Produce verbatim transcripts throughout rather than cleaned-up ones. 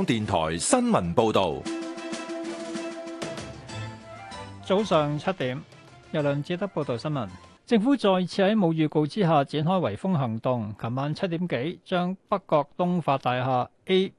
電台新聞報道。 早上七點，由梁志德報道新聞。政府再次喺冇預告之下展開圍封行動。琴晚七點幾，將北角東發大廈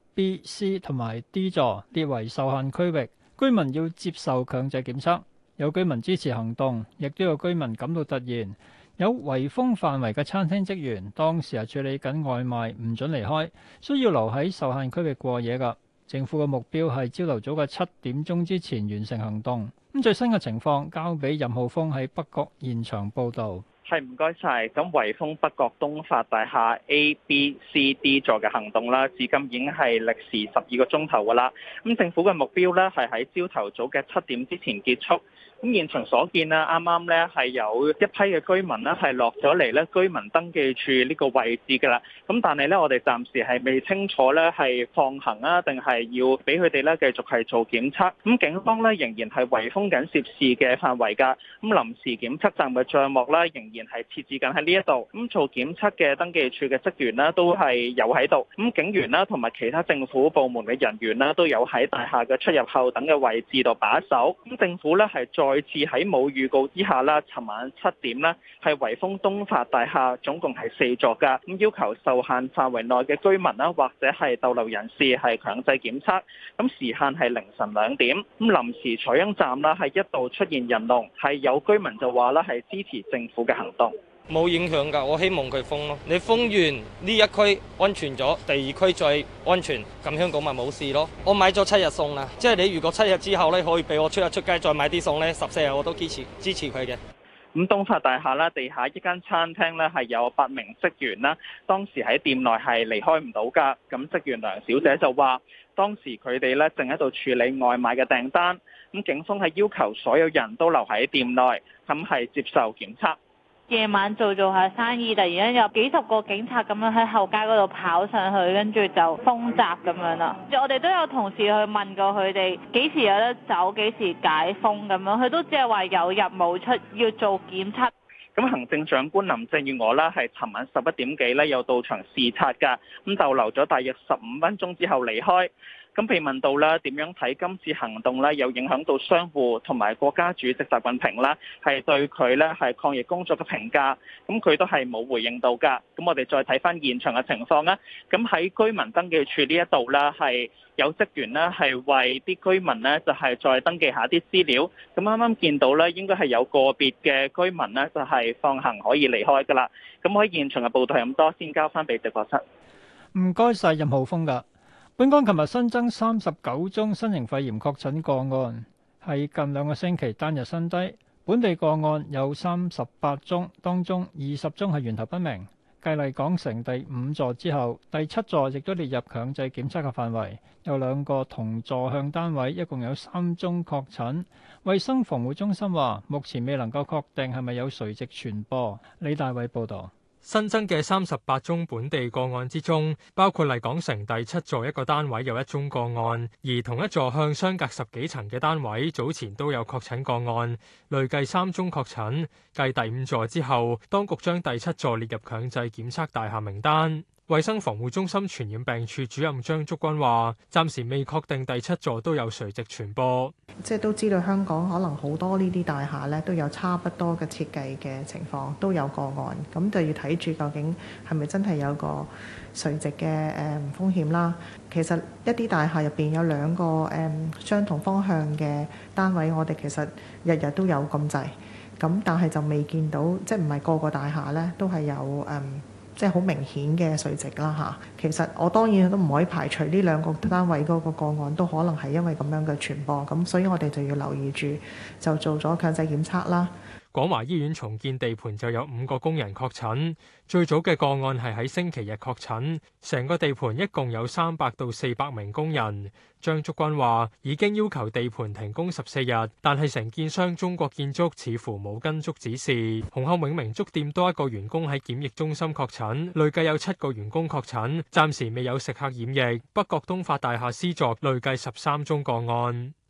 A、B、C 同埋 D 座列為受限區域，居民要接受強制檢測。有居民支持行動，亦都有居民感到突然。有圍封範圍嘅餐廳職員當時係處理緊外賣，唔准離開，需要留喺受限區域過夜㗎。政府嘅目標係朝頭早嘅七點鐘之前完成行動。咁最新嘅情況交俾任浩峰喺北角現場報導。 係，唔該晒。咁圍封北角東發大廈 A、B、C、D 座嘅行動啦，至今已經係歷時十二個鐘頭㗎啦。咁政府嘅目標咧係喺朝頭早嘅七點之前結束。咁現場所見啦，啱啱咧係有一批嘅居民咧係落咗嚟咧居民登記處呢個位置㗎啦。咁但係咧，我哋暫時係未清楚咧係放行啊，定係要俾佢哋咧繼續係做檢測。咁警方咧仍然係圍封緊涉事嘅範圍㗎。咁臨時檢測站嘅帳幕咧仍然係設置緊喺呢一度。咁做檢測嘅登記處嘅職員咧都係有喺度。咁警員啦同埋其他政府部門嘅人員啦都有喺大廈嘅出入口等嘅位置度把守。咁政府咧係再再次喺冇預告之下啦，尋晚七點呢係圍封東發大廈，總共係四座㗎。咁要求受限範圍內嘅居民啦，或者係逗留人士係強制檢測。咁時限係凌晨兩點。咁臨時採樣站啦係一度出現人龍，係有居民就話啦係支持政府嘅行動。 冇影響㗎，我希望佢封咯。你封完呢一區安全咗，第二區再安全，咁香港咪冇事咯。我買咗七日餸啦，即係你如果七日之後咧，可以俾我出一出街再買啲餸咧，十四日我都支持支持佢嘅。 咁東發大廈啦，地下一間餐廳咧係有八名職員啦，當時喺店內係離開唔到㗎。咁職員梁小姐就話，當時佢哋咧正喺度處理外賣嘅訂單。咁警方係要求所有人都留喺店內，咁係接受檢測。 夜晚做做下生意，突然間有幾十個警察咁樣喺後街嗰度跑上去，跟住就封閘咁樣啦。我哋都有同事去問過佢哋幾時有得走，幾時解封咁樣，佢都只係話有入冇出，要做檢測。 咁行政長官林鄭月娥啦，係尋晚十一點幾咧，又到場視察㗎，咁逗留咗大約十五分鐘之後離開。咁被問到啦，點樣睇今次行動咧，有影響到商戶同埋國家主席習近平啦，係對佢咧係抗疫工作嘅評價，咁佢都係冇回應到㗎。咁我哋再睇翻現場嘅情況啦。咁喺居民登記處呢一度啦，係有職員呢係為啲居民呢就係再登記下啲資料。咁啱啱見到咧，應該係有個別嘅居民呢就係放行可以離開㗎啦。咁喺現場嘅報道係咁多，先交翻俾直播室。 唔該晒任浩峰㗎。本港琴日新增三十九宗新型肺炎確診個案，係近兩個星期單日新低。本地個案有三十八宗，當中二十宗係源頭不明。繼麗港城第五座之後，第七座亦都列入強制檢測嘅範圍。有兩個同座向單位，一共有三宗確診。衛生防護中心話，目前未能夠確定係咪有垂直傳播。李大偉報導。 新增嘅三十八宗本地個案之中，包括麗港城第七座一個單位有一宗個案，而同一座向相隔十幾層嘅單位早前都有確診個案，累計三宗確診。繼第五座之後，當局將第七座列入強制檢測大廈名單。衛生防護中心傳染病處主任張竹君話，暫時未確定第七座都有垂直傳播。 即係都知道香港可能好多呢啲大廈咧都有差不多嘅設計嘅情況，都有個案，咁就要睇住究竟係咪真係有個垂直嘅誒風險啦。其實一啲大廈入邊有兩個誒相同方向嘅單位，我哋其實日日都有咁滯，咁但係就未見到，即係唔係個個大廈咧都係有誒。即係好明顯嘅垂直啦嚇，其實我當然都唔可以排除呢兩個單位嗰個個案都可能係因為咁樣嘅傳播，咁所以我哋就要留意住，就做咗強制檢測啦。 廣華醫院重建地盤就有五個工人確診，最早嘅個案係喺星期日確診，成個地盤一共有三百到四百名工人。張竹君話已經要求地盤停工十四日，但係承建商中國建築似乎冇跟足指示。紅磡永明粥店多一個員工喺檢疫中心確診，累計有七個員工確診，暫時未有食客染疫。北角東發大廈 C 座累計十三宗個案。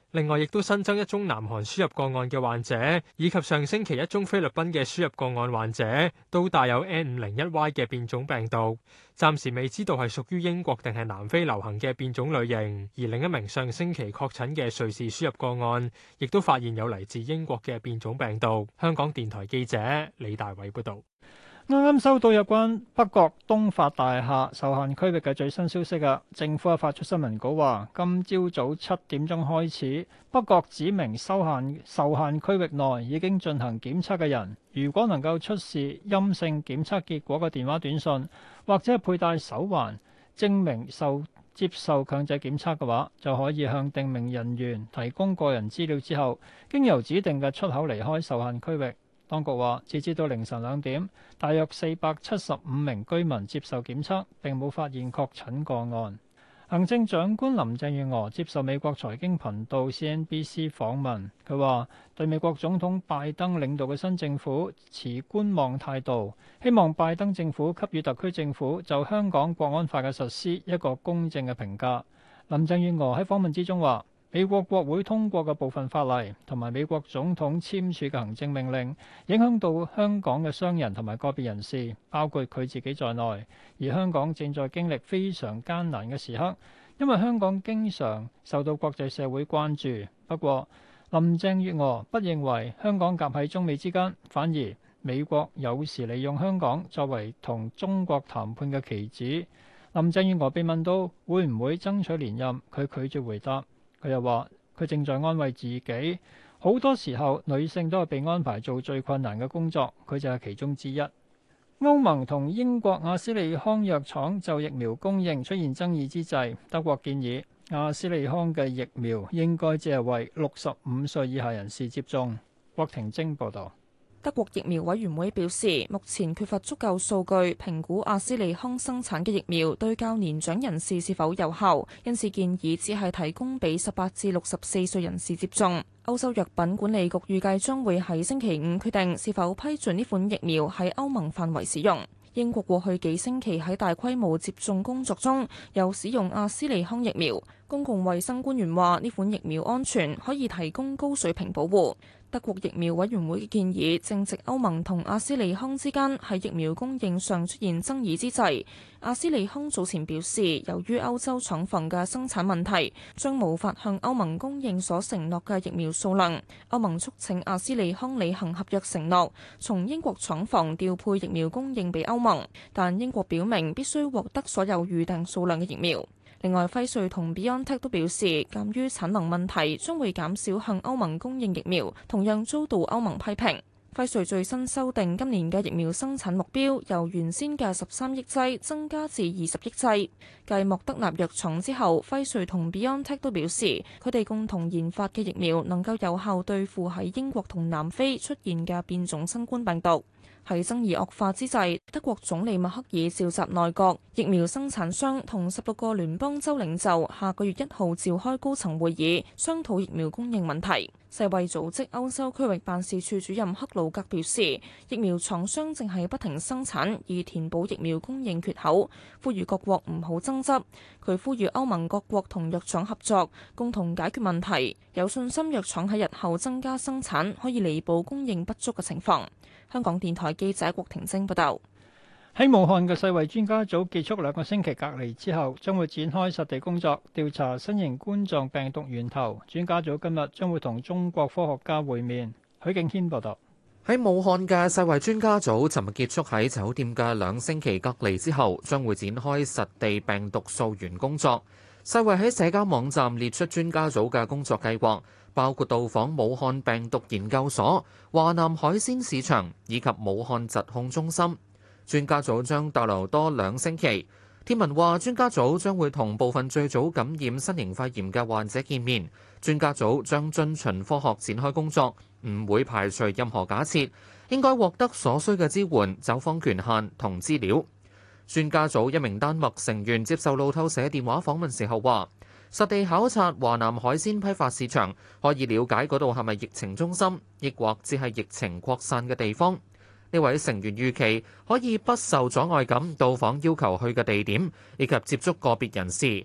另外，亦都新增一宗南韓輸入個案嘅患者，以及上星期一宗菲律賓嘅輸入個案患者，都帶有 N 五零一 Y 嘅變種病毒。暫時未知道係屬於英國定係南非流行嘅變種類型。而另一名上星期確診嘅瑞士輸入個案，亦都發現有嚟自英國嘅變種病毒。香港電台記者李大偉報導。 啱啱收到有關北角東發大廈受限區域嘅最新消息啊！政府發出新聞稿話，今朝早七點鐘開始，北角指明受限受限區域內已經進行檢測嘅人，如果能夠出示陰性檢測結果嘅電話短信，或者係佩戴手環證明受接受強制檢測嘅話，就可以向定名人員提供個人資料之後，經由指定嘅出口離開受限區域。當局話，截至到凌晨兩點，大約四百七十五名居民接受檢測，並冇發現確診個案。行政長官林鄭月娥接受美國財經頻道 C N B C 訪問，佢話對美國總統拜登領導嘅新政府持觀望態度，希望拜登政府給予特區政府就香港國安法嘅實施一個公正嘅評價。林鄭月娥喺訪問之中話，美國國會通過嘅部分法例同埋美國總統簽署嘅行政命令，影響到香港嘅商人同埋個別人士，包括佢自己在內。而香港正在經歷非常艱難嘅時刻，因為香港經常受到國際社會關注。不過，林鄭月娥不認為香港夾喺中美之間，反而美國有時利用香港作為同中國談判嘅棋子。林鄭月娥被問到會唔會爭取連任，佢拒絕回答。佢又話：佢正在安慰自己，好多時候女性都係被安排做最困難嘅工作，佢就係其中之一。歐盟同英國阿斯利康藥廠就疫苗供應出現爭議之際，德國建議阿斯利康嘅疫苗應該只係為六十五歲以下人士接種。郭婷晶報導。 德國疫苗委員會表示，目前缺乏足夠數據評估阿斯利康生產嘅疫苗對較年長人士是否有效，因此建議只係提供俾十八至六十四歲人士接種。歐洲藥品管理局預計將會喺星期五決定是否批准呢款疫苗喺歐盟範圍使用。英國過去幾星期喺大規模接種工作中有使用阿斯利康疫苗，公共衛生官員話呢款疫苗安全，可以提供高水平保護。德國疫苗委員會嘅建議正值歐盟同阿斯利康之間喺疫苗供應上出現爭議之際，阿斯利康早前表示，由於歐洲廠房嘅生產問題，將無法向歐盟供應所承諾嘅疫苗數量。歐盟促請阿斯利康履行合約承諾，從英國廠房調配疫苗供應俾歐盟，但英國表明必須獲得所有預訂數量嘅疫苗。另外，輝瑞同 BioNTech 都表示，鑑於產能問題，將會減少向歐盟供應疫苗，同樣遭到歐盟批評。輝瑞最新修訂今年嘅疫苗生產目標，由原先嘅十三億劑增加至二十億劑。繼莫德納藥廠之後，輝瑞同 BioNTech 都表示，佢哋共同研發嘅疫苗能夠有效對付喺英國同南非出現嘅變種新冠病毒。喺爭議惡化之際，德國總理默克爾召集內閣、疫苗生產商同十六個聯邦州領袖，下個月一號召開高層會議，商討疫苗供應問題。世衛組織歐洲區域辦事處主任克魯格表示，疫苗廠商正係不停生產，以填補疫苗供應缺口，呼籲各國唔好爭執。佢呼籲歐盟各國同藥廠合作，共同解決問題，有信心藥廠喺日後增加生產，可以彌補供應不足嘅情況。香港電台記者郭婷晶報道。 喺武漢嘅世衛專家組結束兩個星期隔離之後，將會展開實地工作，調查新型冠狀病毒源頭。專家組今日將會同中國科學家會面。許敬軒報道。 喺武漢嘅世衛專家組尋日結束喺酒店嘅兩星期隔離之後，將會展開實地病毒溯源工作。世衛喺社交網站列出專家組嘅工作計劃，包括到訪武漢病毒研究所、華南海鮮市場以及武漢疾控中心。專家組將逗留多兩星期。天文話，專家組將會同部分最早感染新型肺炎嘅患者見面。專家組將遵循科學展開工作，唔會排除任何假設，應該獲得所需嘅支援、走訪權限同資料。專家組一名丹麥成員接受路透社電話訪問時候話，實地考察華南海鮮批發市場，可以了解嗰度係咪疫情中心，亦或只係疫情擴散嘅地方。呢位成員預期可以不受阻礙咁到訪要求去嘅地點，以及接觸個別人士。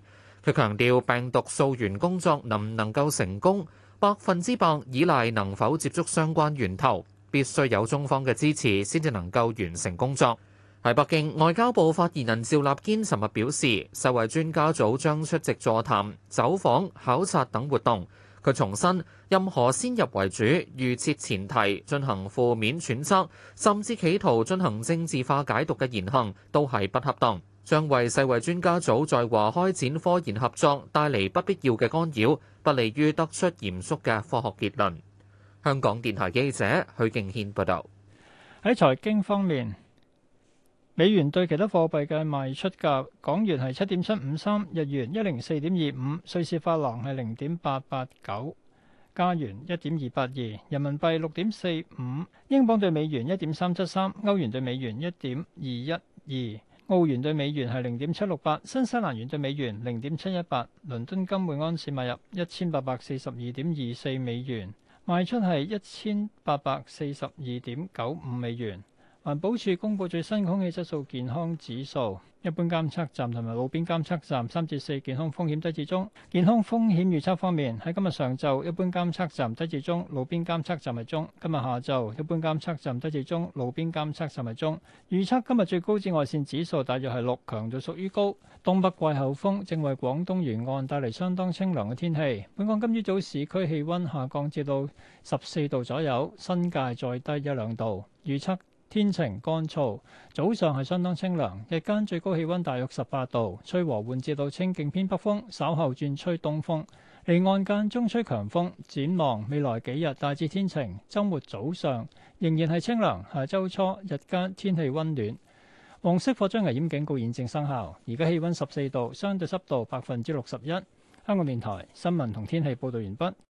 佢強調病毒溯源工作能唔能夠成功，百分之百依賴能否接觸相關源頭，必須有中方嘅支持先至能夠完成工作。喺北京，外交部發言人趙立堅尋日表示，世衛專家組將出席座談、走訪、考察等活動。佢重申，任何先入為主、預設前提進行負面揣測，甚至企圖進行政治化解讀嘅言行，都係不恰當，將為世衛專家組在華開展科研合作帶嚟不必要嘅干擾，不利於得出嚴肅嘅科學結論。香港電台記者許敬軒報導。 喺財經方面，美元對其他貨幣嘅賣出價：港元係七點七五三，日元一零四點二五，瑞士法郎係零點八八九，加元一點二八二，人民幣六點四五，英鎊對美元一點三七三，歐元對美元一點二一二，澳元對美元係零點七六八，新西蘭元對美元零點七一八。倫敦金每安士買入一千八百四十二點二四美元，賣出係一千八百四十二點九五美元。環保署公布最新空氣質素健康指數，一般監測站同埋路邊監測站三至四，健康風險低至中。健康風險預測方面，喺今日上晝一般監測站低至中，路邊監測站係中；今日下晝一般監測站低至中，路邊監測站係中。預測今日最高紫外線指數大約係六，強度屬於高。東北季候風正為廣東沿岸帶嚟相當清涼嘅天氣。本港今朝早市區氣温下降至到十四度左右，新界再低一兩度。預測天晴乾燥，早上係相當清涼，日間最高氣温大約十八度，吹和緩至到清勁偏北風，稍後轉吹東風，離岸間中吹強風。展望未來幾日大致天晴，週末早上仍然係清涼，下週初日間天氣温暖。黃色火災危險警告現正生效，而家氣温十四度，相對濕度百分之六十一。香港電台新聞同天氣報導完畢。